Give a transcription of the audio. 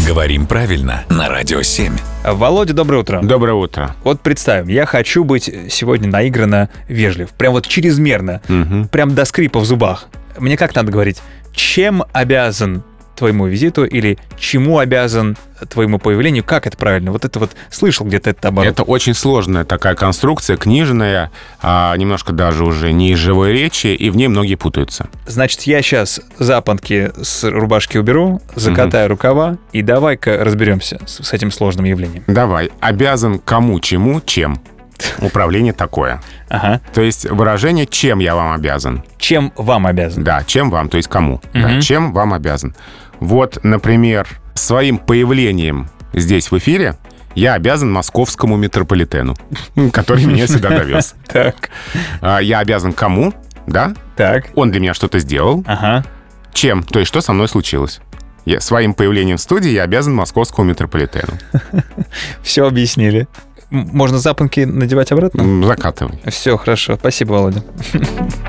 Говорим правильно на Радио 7. Володя, доброе утро. Доброе утро. Вот представим, я хочу быть сегодня наигранно вежлив. Прям вот чрезмерно. Прям до скрипа в зубах. Мне как надо говорить? Чем обязан твоему визиту или чему обязан твоему появлению? Как это правильно? Вот это вот слышал где-то этот оборот. Это очень сложная такая конструкция, книжная, немножко даже уже не из живой речи, и в ней многие путаются. Значит, я сейчас запонки с рубашки уберу, закатаю рукава, и давай-ка разберемся с этим сложным явлением. Давай. Обязан кому, чему, чем. Управление такое. Ага. То есть выражение «чем я вам обязан». Чем вам обязан? Да, чем вам, то есть кому. Да, чем вам обязан. Вот, например, своим появлением здесь в эфире я обязан московскому метрополитену, который меня сюда довез. Так. Я обязан кому, да? Так. Он для меня что-то сделал. Ага. Чем? То есть что со мной случилось? Своим появлением в студии я обязан московскому метрополитену. Все объяснили. Можно запонки надевать обратно? Закатывай. Все, хорошо. Спасибо, Володя.